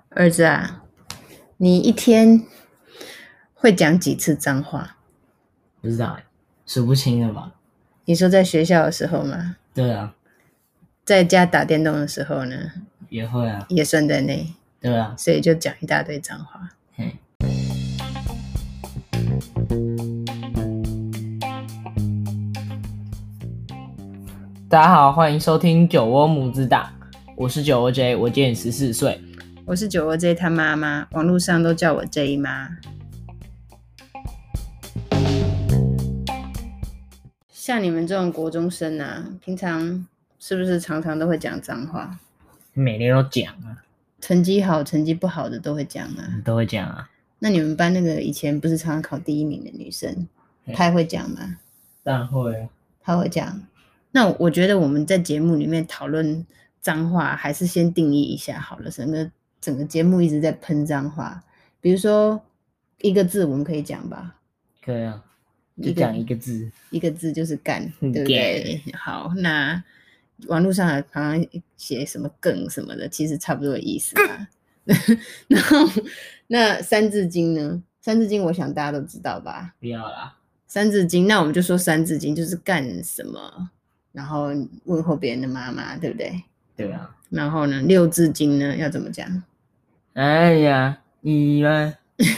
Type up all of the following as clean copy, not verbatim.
儿子啊，你一天会讲几次脏话？ 不知道数不清了吧？ 你说在学校的时候吗？ 对啊， 在家打电动的时候呢？ 也会啊， 也算在内。 对啊， 所以就讲一大堆脏话。 大家好，欢迎收听酒窝母子档，我是酒窝 J， 我今年14岁。 我是酒窝 J 他妈妈，网络上都叫我 J 妈。像你们这种国中生啊，平常是不是常常都会讲脏话？ 每天都讲啊， 成绩好成绩不好的都会讲啊。 都会讲啊。 那你们班那个以前不是常常考第一名的女生，她还会讲吗？ 当然会啊。 她会讲。那我觉得我们在节目里面讨论脏话，还是先定义一下好了。整个节目一直在喷脏话，比如说一个字我们可以讲吧？ 可以啊，就讲一个字， 一个字就是干，对不对？好，那网络上好像写什么梗什么的，其实差不多的意思吧。然后那三字经呢？三字经我想大家都知道吧？ 不要啦。 三字经，那我们就说三字经就是干什么，然后问候别人的妈妈，对不对？ 对啊。 然后呢，六字经呢要怎么讲？ 哎呀，你们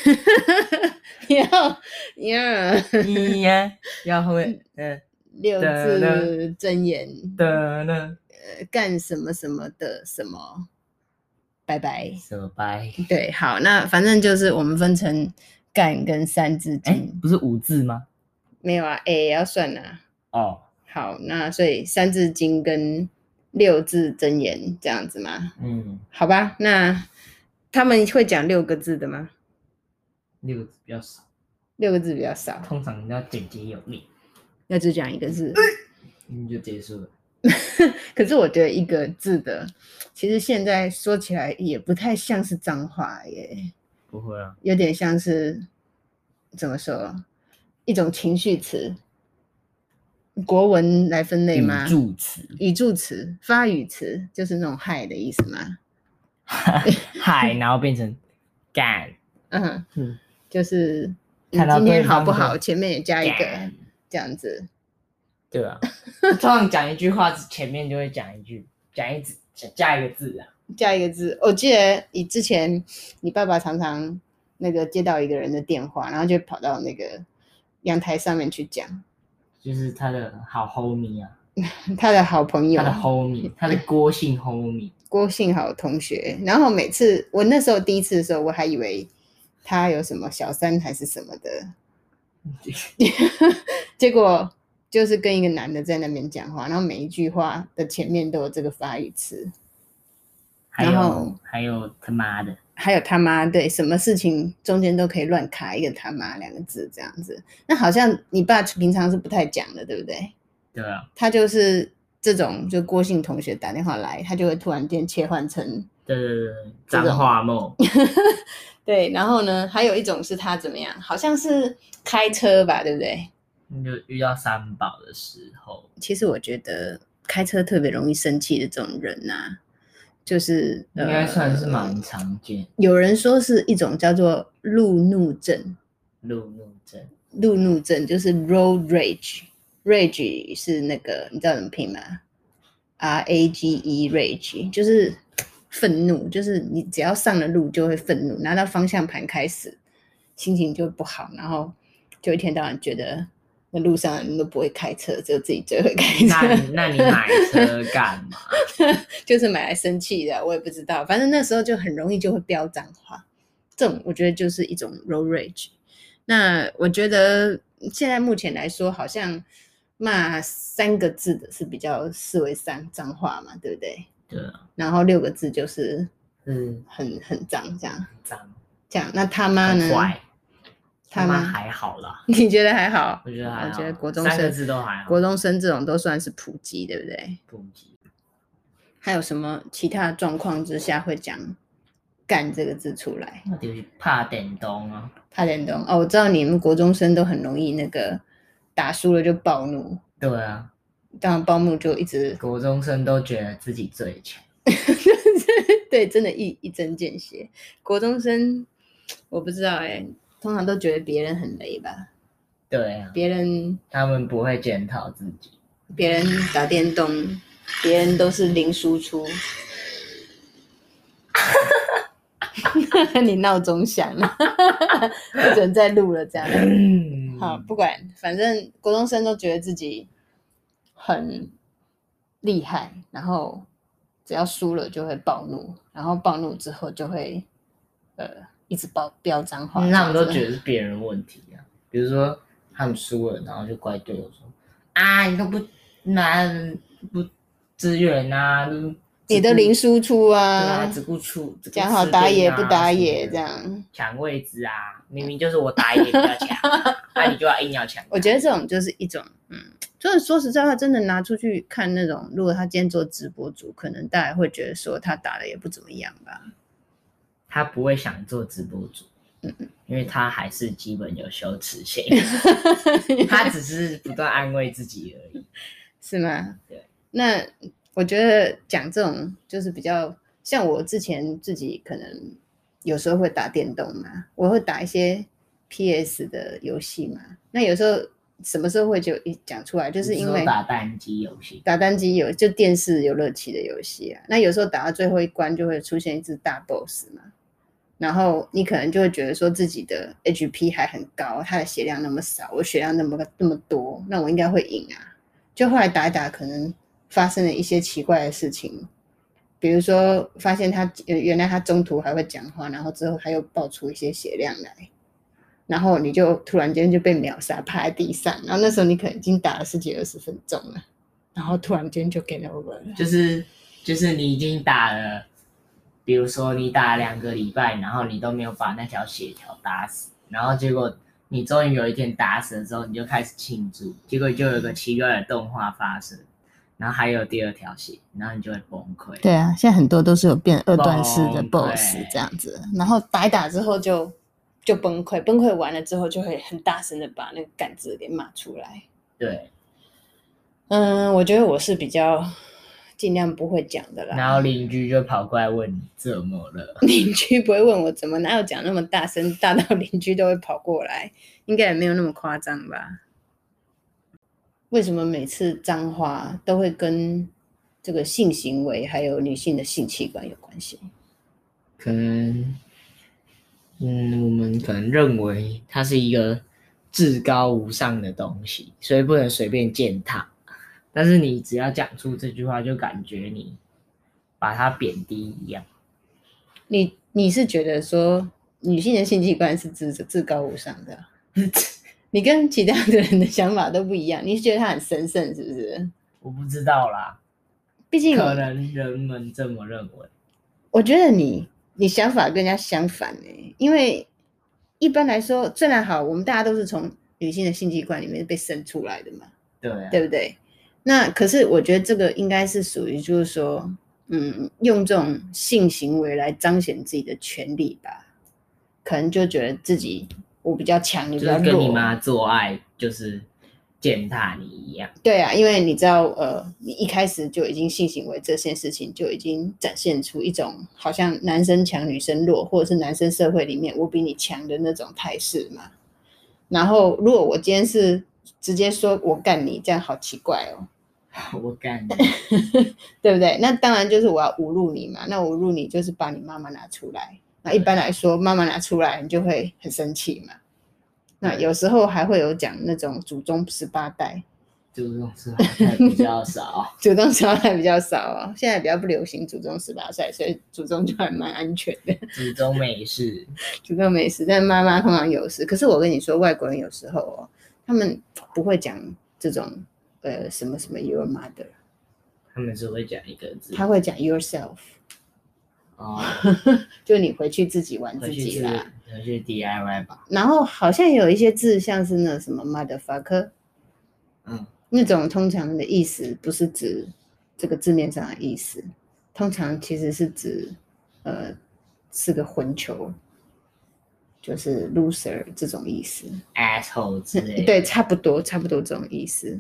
要会六字真言的呢， 干什么什么的什么，拜拜什么拜？ 对，好，那反正就是我们分成干跟三字经。 不是五字吗？ 没有啊，也要算啊。 哦， 好，那所以三字经跟六字真言这样子吗？好吧，那他们会讲6个字的吗 ？6个字比较少。 6个字比较少， 通常要简洁有力， 要只讲一个字， 就结束了。 可是我觉得一个字的，其实现在说起来也不太像是脏话耶。 不会啊， 有点像是怎么说，一种情绪词。国文来分类吗？语助词、发语词，就是那种嗨的意思吗？ 嗨，然后变成干。 就是你今天好不好，前面也加一个这样子。对啊， 通常讲一句话前面就会加一个字啊， 加一个字。我记得你之前你爸爸常常那个接到一个人的电话，然后就跑到那个阳台上面去讲， 就是他的好 homie 啊， 他的好朋友， 他的 homie， 他的郭姓 homie， 郭姓好同学。然后每次我那时候第一次的时候，我还以为他有什么小三还是什么的，结果就是跟一个男的在那边讲话，然后每一句话的前面都有这个发语词， 然后还有他妈的， 还有他妈，对，什么事情中间都可以乱卡一个他妈2个字这样子。那好像你爸平常是不太讲的，对不对？ 对啊， 他就是这种，就郭姓同学打电话来，他就会突然间切换成对脏话梦。 对，然后呢，还有一种是他怎么样，好像是开车吧，对不对？ 就遇到三宝的时候， 其实我觉得开车特别容易生气的这种人啊，就是应该算是蛮常见。 有人说是一种叫做路怒症。路怒症就是 road rage 是那个你知道怎么拼吗？ RAGE rage 就是愤怒，就是你只要上了路就会愤怒，拿到方向盘开始心情就不好，然后就一天到晚觉得那路上人都不会开车，只有自己最会开车。 那你买车干嘛？ 就是买来生气的，我也不知道，反正那时候就很容易就会飙脏话，这种我觉得就是一种 road rage。那我觉得现在目前来说，好像骂3个字的是比较视为脏话嘛，对不对？ 对啊。 然后6个字就是很脏这样。这样，那他妈呢？ 坏。他妈还好啦。 你觉得还好？ 我觉得还好。 我觉得国中生 3个字都还好。 国中生这种都算是普及，对不对？ 普及。 还有什么其他的状况之下会讲干这个字出来？ 那就是怕电动啊。 怕电动哦，我知道你们国中生都很容易那个打输了就暴怒。 对啊。 当然暴怒就一直。 国中生都觉得自己最强。 对，真的一针见血。国中生我不知道通常都觉得别人很雷吧。 对啊， 他们不会检讨自己， 别人打电动，别人都是零输出。你闹钟响了，不准再录了这样。好，不管，反正国中生都觉得自己很厉害，然后只要输了就会暴怒，然后暴怒之后就会一直飙脏话。 他们都觉得是别人问题啊，比如说他们输了，然后就怪队友说啊，你都不支援啊， 你都零输出啊，只顾出讲好打野不打野这样抢位置啊，明明就是我打野比较强，那你就要硬要抢。 我觉得这种就是一种就是说实在话，真的拿出去看那种，如果他今天做直播主，可能大家会觉得说他打的也不怎么样吧。 他不会想做直播主，因为他还是基本有羞耻心，他只是不断安慰自己而已， 是吗？ 对。 那我觉得讲这种就是比较像我之前自己可能有时候会打电动嘛，我会打一些 PS 的游戏嘛。那有时候什么时候会就讲出来，就是因为打单机游戏， 打单机就电视游乐器的游戏啊。那有时候打到最后一关就会出现一只大 boss 嘛，然后你可能就会觉得说自己的 HP 还很高，他的血量那么少，我血量那么多，那我应该会赢啊。就后来打一打，可能发生了一些奇怪的事情，比如说发现他原来他中途还会讲话，然后之后他又爆出一些血量来，然后你就突然间就被秒杀，趴在地上，然后那时候你可能已经打了10几20分钟了，然后突然间就 game over 了。 就是你已经打了，比如说你打了2个礼拜，然后你都没有把那条血条打死，然后结果你终于有一天打死了之后，你就开始庆祝，结果就有一个奇怪的动画发生，然后还有第2条血，然后你就会崩溃。 对啊，现在很多都是有变2段式的 boss 这样子，然后打一打之后就崩溃，崩溃完了之后就会很大声的把那个干字给骂出来。 对， 我觉得我是比较尽量不会讲的啦。 然后邻居就跑过来问你怎么了？ 邻居不会问我怎么，哪有讲那么大声，大到邻居都会跑过来，应该也没有那么夸张吧？为什么每次脏话都会跟这个性行为还有女性的性器官有关系？ 可能，我们可能认为它是一个至高无上的东西，所以不能随便践踏。但是你只要讲出这句话，就感觉你把它贬低一样。 你是觉得说女性的性器官是至高无上的？你跟其他的人的想法都不一样，你是觉得它很神圣是不是？ 我不知道啦， 毕竟可能人们这么认为。 我觉得你想法跟人家相反因为一般来说，虽然好，我们大家都是从女性的性器官里面被生出来的嘛， 对啊， 对不对？那可是我觉得这个应该是属于就是说，用这种性行为来彰显自己的权利吧，可能就觉得自己我比较强，你比较弱， 就是跟你妈做爱就是践踏你一样。 对啊，因为你知道，你一开始就已经性行为这件事情就已经展现出一种好像男生强女生弱，或者是男生社会里面我比你强的那种态势嘛。然后如果我今天是直接说我干你，这样好奇怪哦。 我干你， 对不对？那当然就是我要侮辱你嘛。那侮辱你就是把你妈妈拿出来。那一般来说，妈妈拿出来，你就会很生气嘛。那有时候还会有讲那种祖宗18代， 祖宗18代比较少， 祖宗18代比较少哦。现在比较不流行祖宗18代，所以祖宗就还蛮安全的。 祖宗没事， 祖宗没事，但妈妈通常有事。可是我跟你说，外国人有时候他们不会讲这种什么什么 your mother， 他们是会讲一个字， 他会讲 yourself。就你回去自己玩自己啦， 回去 DIY 吧。 然后好像有一些字，像是那什么 motherfucker，那种通常的意思不是指这个字面上的意思，通常其实是指是个混球，就是 loser 这种意思 ，asshole 之类的。 对，差不多这种意思。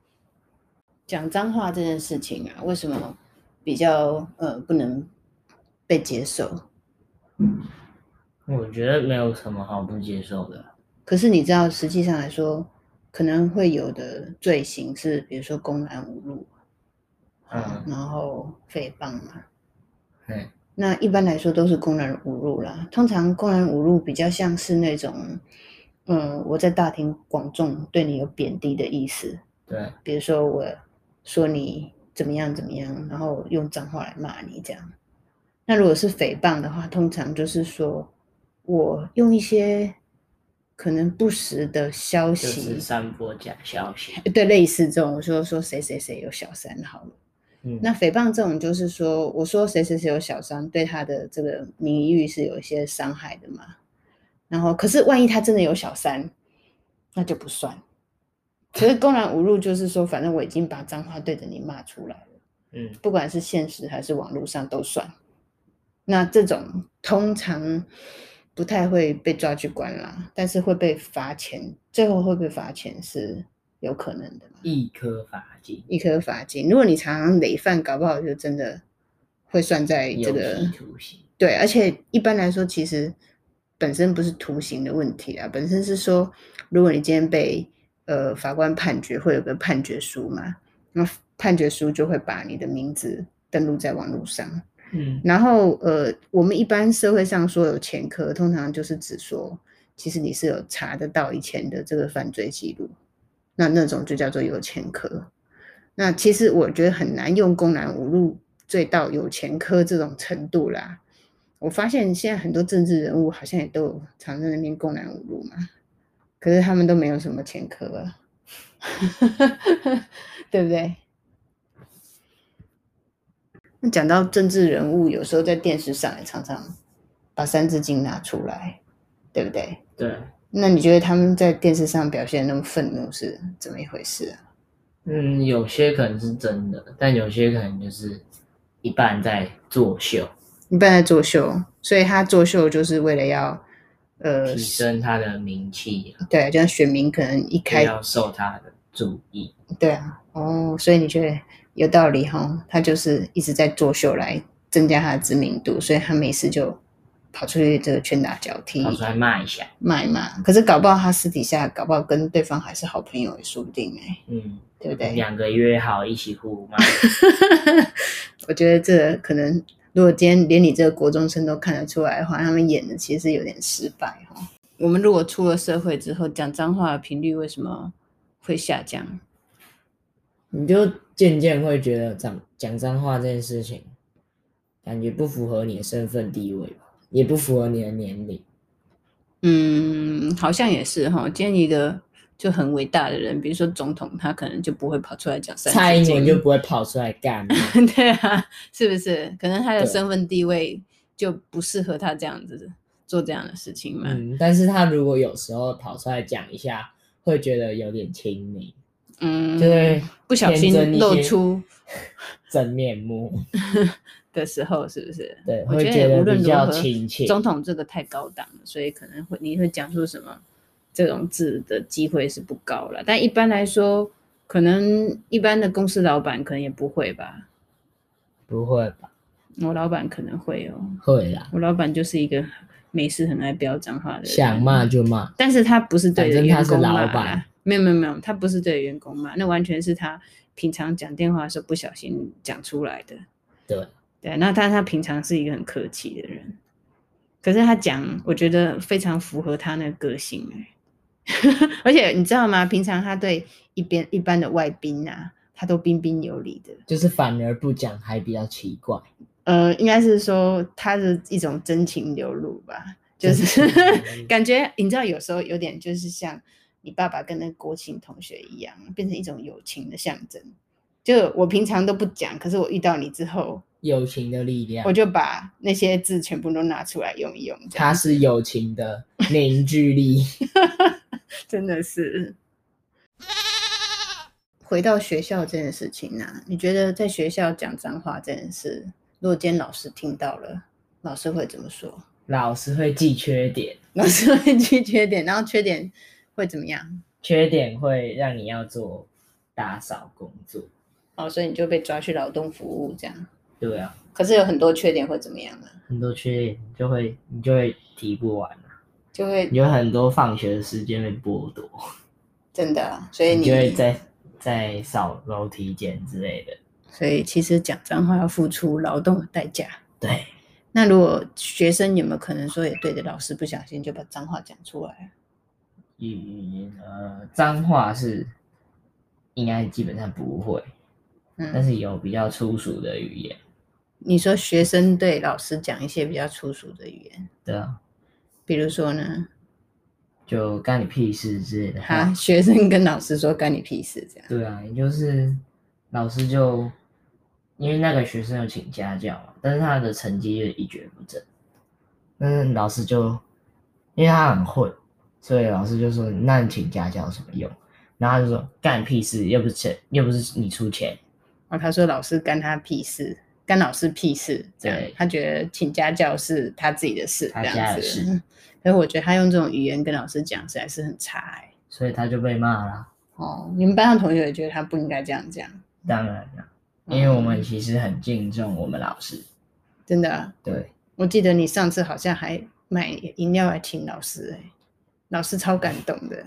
讲脏话这件事情啊，为什么比较不能被接受？ 我觉得没有什么好不接受的。 可是你知道，实际上来说，可能会有的罪行是，比如说公然侮辱，然后诽谤嘛。那一般来说都是公然侮辱啦。通常公然侮辱比较像是那种，我在大庭广众对你有贬低的意思。 对， 比如说我说你怎么样怎么样，然后用脏话来骂你这样。那如果是诽谤的话，通常就是说我用一些可能不实的消息， 就是散播假消息。 对，类似这种，我说谁谁谁有小三好了。那诽谤这种就是说，我说谁谁谁有小三，对他的这个名誉是有一些伤害的嘛。然后，可是万一他真的有小三，那就不算。可是公然侮辱就是说，反正我已经把脏话对着你骂出来了，不管是现实还是网络上都算。那这种通常不太会被抓去关啦，但是会被罚钱，最后会被罚钱是有可能的嘛。 一颗罚金。 一颗罚金。如果你常常累犯，搞不好就真的会算在这个有期徒刑。 对，而且一般来说，其实本身不是徒刑的问题啊，本身是说，如果你今天被法官判决，会有个判决书嘛，那判决书就会把你的名字登录在网络上。然后我们一般社会上说有前科，通常就是指说，其实你是有查得到以前的这个犯罪记录，那种就叫做有前科。那其实我觉得很难用公然侮辱罪到有前科这种程度啦。我发现现在很多政治人物好像也都常在那边公然侮辱嘛，可是他们都没有什么前科啊，对不对？那讲到政治人物，有时候在电视上也常常把三字经拿出来，对不对？ 对。 那你觉得他们在电视上表现那么愤怒是怎么一回事啊？ 有些可能是真的，但有些可能就是一半在作秀。 一半在作秀，所以他作秀就是为了要提升他的名气。 对，就像选民可能一开要受他的注意。 对啊，所以你觉得有道理齁，他就是一直在作秀来增加他的知名度，所以他没事就跑出去这个拳打脚踢， 跑出来骂一下， 骂一骂。可是搞不好他私底下搞不好跟对方还是好朋友也说不定对不对 ？2个约好一起互骂。 我觉得这可能如果今天连你这个国中生都看得出来的话，他们演的其实有点失败我们如果出了社会之后，讲脏话的频率为什么会下降？ 你就渐渐会觉得讲脏话这件事情感觉不符合你的身份地位吧，也不符合你的年龄。 好像也是今天一个就很伟大的人，比如说总统，他可能就不会跑出来讲三字经， 蔡英文就不会跑出来干对啊，是不是？可能他的身份地位就不适合他这样子做这样的事情嘛。 但是他如果有时候跑出来讲一下，会觉得有点亲民，就会不小心露出真面目的时候，是不是？ 对， 我觉得无论如何， 亲切。 总统这个太高档了，所以可能你会讲出什么这种字的机会是不高了。但一般来说，可能一般的公司老板可能也不会吧？ 不会吧？ 我老板可能会会啦。 我老板就是一个没事很爱飙脏话的人， 想骂就骂， 但是他不是对着员工骂， 他是老板， 没有，他不是对着员工骂，那完全是他平常讲电话的时候不小心讲出来的。对，那他平常是一个很客气的人，可是他讲，我觉得非常符合他那个个性而且你知道吗？平常他对一般的外宾啊，他都彬彬有礼的， 就是反而不讲还比较奇怪。 应该是说他的一种真情流露吧，就是感觉你知道有时候有点就是像你爸爸跟那个郭庆同学一样，变成一种友情的象征。就我平常都不讲，可是我遇到你之后， 友情的力量， 我就把那些字全部都拿出来用一用。 它是友情的凝聚力， 真的是。回到学校这件事情啊，你觉得在学校讲脏话这件事，如果今天老师听到了，老师会怎么说？ 老师会记缺点， 然后缺点会怎么样？ 缺点会让你要做打扫工作。 所以你就被抓去劳动服务这样。 对啊。 可是有很多缺点会怎么样呢？ 很多缺点你就会提不完就会有很多放学的时间被剥夺， 真的，所以你就会在扫楼体检之类的。 所以其实讲脏话要付出劳动的代价。 对。 那如果学生有没有可能说也对着老师不小心就把脏话讲出来？ 脏话是应该基本上不会，但是有比较粗俗的语言。 你说学生对老师讲一些比较粗俗的语言？ 对啊。 比如说呢？ 就干你屁事之类的话。 学生跟老师说干你屁事这样？ 对啊，也就是老师就因为那个学生有请家教嘛，但是他的成绩就一蹶不振，但是老师就因为他很混，所以老师就说那你请家教有什么用？然后他就说干你屁事，又不是你出钱。 他说老师干他屁事，干老师屁事，这样他觉得请家教是他自己的事， 他家的事。 所以我觉得他用这种语言跟老师讲实在是很差所以他就被骂了。 你们班上同学也觉得他不应该这样讲？ 当然了，因为我们其实很敬重我们老师。 真的啊？ 对， 我记得你上次好像还买饮料来请老师老师超感动的。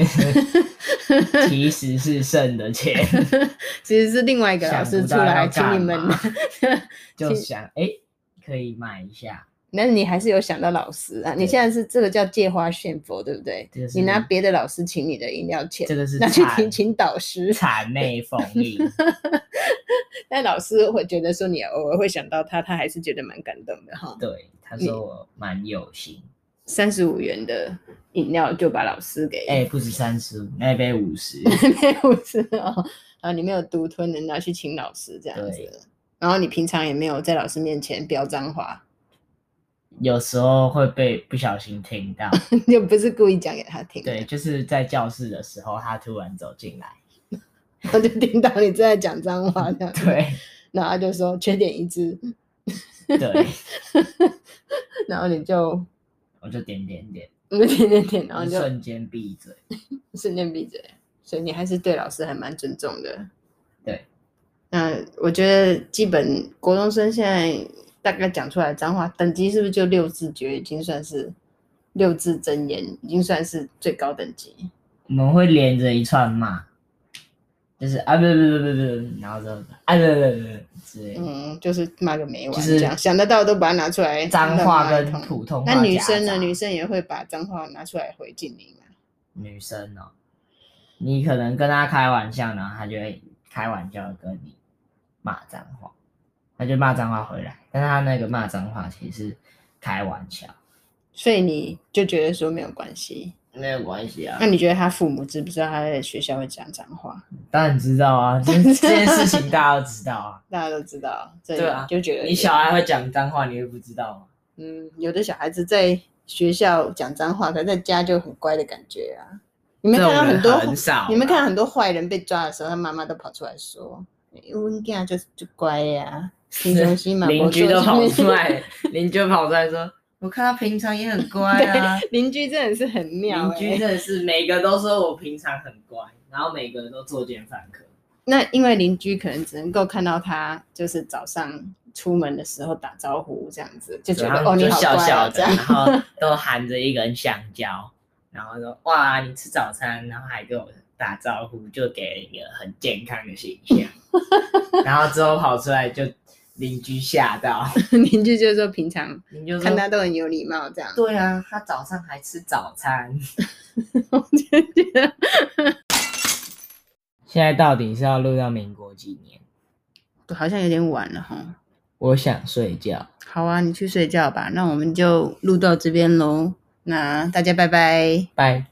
其实是剩的钱。 其实是另外一个老师出来请你们就想可以买一下。 那你还是有想到老师啊？你现在是这个叫借花献佛，对不对？你拿别的老师请你的饮料钱， 这个是拿去请导师， 谄媚奉迎。 但老师会觉得说你偶尔会想到他还是觉得蛮感动的哈。 对，他说我蛮有心。 35元的饮料就把老师给不止35，那杯50。 那杯50哦，你没有独吞的拿去请老师这样子。然后你平常也没有在老师面前飙脏话？ 有时候会被不小心听到。 又不是故意讲给他听。 对，就是在教室的时候他突然走进来， 我就听到你正在讲脏话这样。 对， 然后他就说缺点一支。 对。 然后我就点， 然后就瞬间闭嘴。 瞬间闭嘴。所以你还是对老师还蛮尊重的。 对。 那我觉得基本国中生现在大概讲出来的脏话等级是不是就6字诀，已经算是6字真言，已经算是最高等级。 我们会连着一串骂，就是不，然后就不之类的。 就是骂个没完， 就是这样想得到都把它拿出来。 脏话跟普通话。 那女生呢？女生也会把脏话拿出来回敬你吗？ 女生你可能跟她开玩笑，然后她就会开玩笑跟你骂脏话，她就骂脏话回来，但是她那个骂脏话其实是开玩笑。 所以你就觉得说没有关系？ 没有关系啊。 那你觉得他父母知不知道他在学校会讲脏话？ 当然知道啊，这件事情大家都知道啊。 大家都知道。 对啊， 就觉得你小孩会讲脏话，你会不知道吗？ 有的小孩子在学校讲脏话，可是在家就很乖的感觉啊。你们看到很多很少， 你们看到很多坏人被抓的时候，他妈妈都跑出来说：“我囝就乖呀，平常心嘛。” 邻居都跑出来，邻居跑出来说。我看他平常也很乖啊。 邻居真的是很妙。 邻居真的是每个都说我平常很乖，然后每个人都作奸犯科。 那因为邻居可能只能够看到他就是早上出门的时候打招呼这样子，就觉得你好乖小小的， 然后都含着一根香蕉，然后说哇你吃早餐，然后还跟我打招呼，就给了一个很健康的形象。然后之后跑出来就。邻居吓到。 邻居就说平常看他都很有礼貌这样。 对啊，他早上还吃早餐。 我就觉得现在到底是要录到民国几年？ 好像有点晚了齁。 我想睡觉。 好啊，你去睡觉吧。那我们就录到这边咯。那大家拜拜。 拜。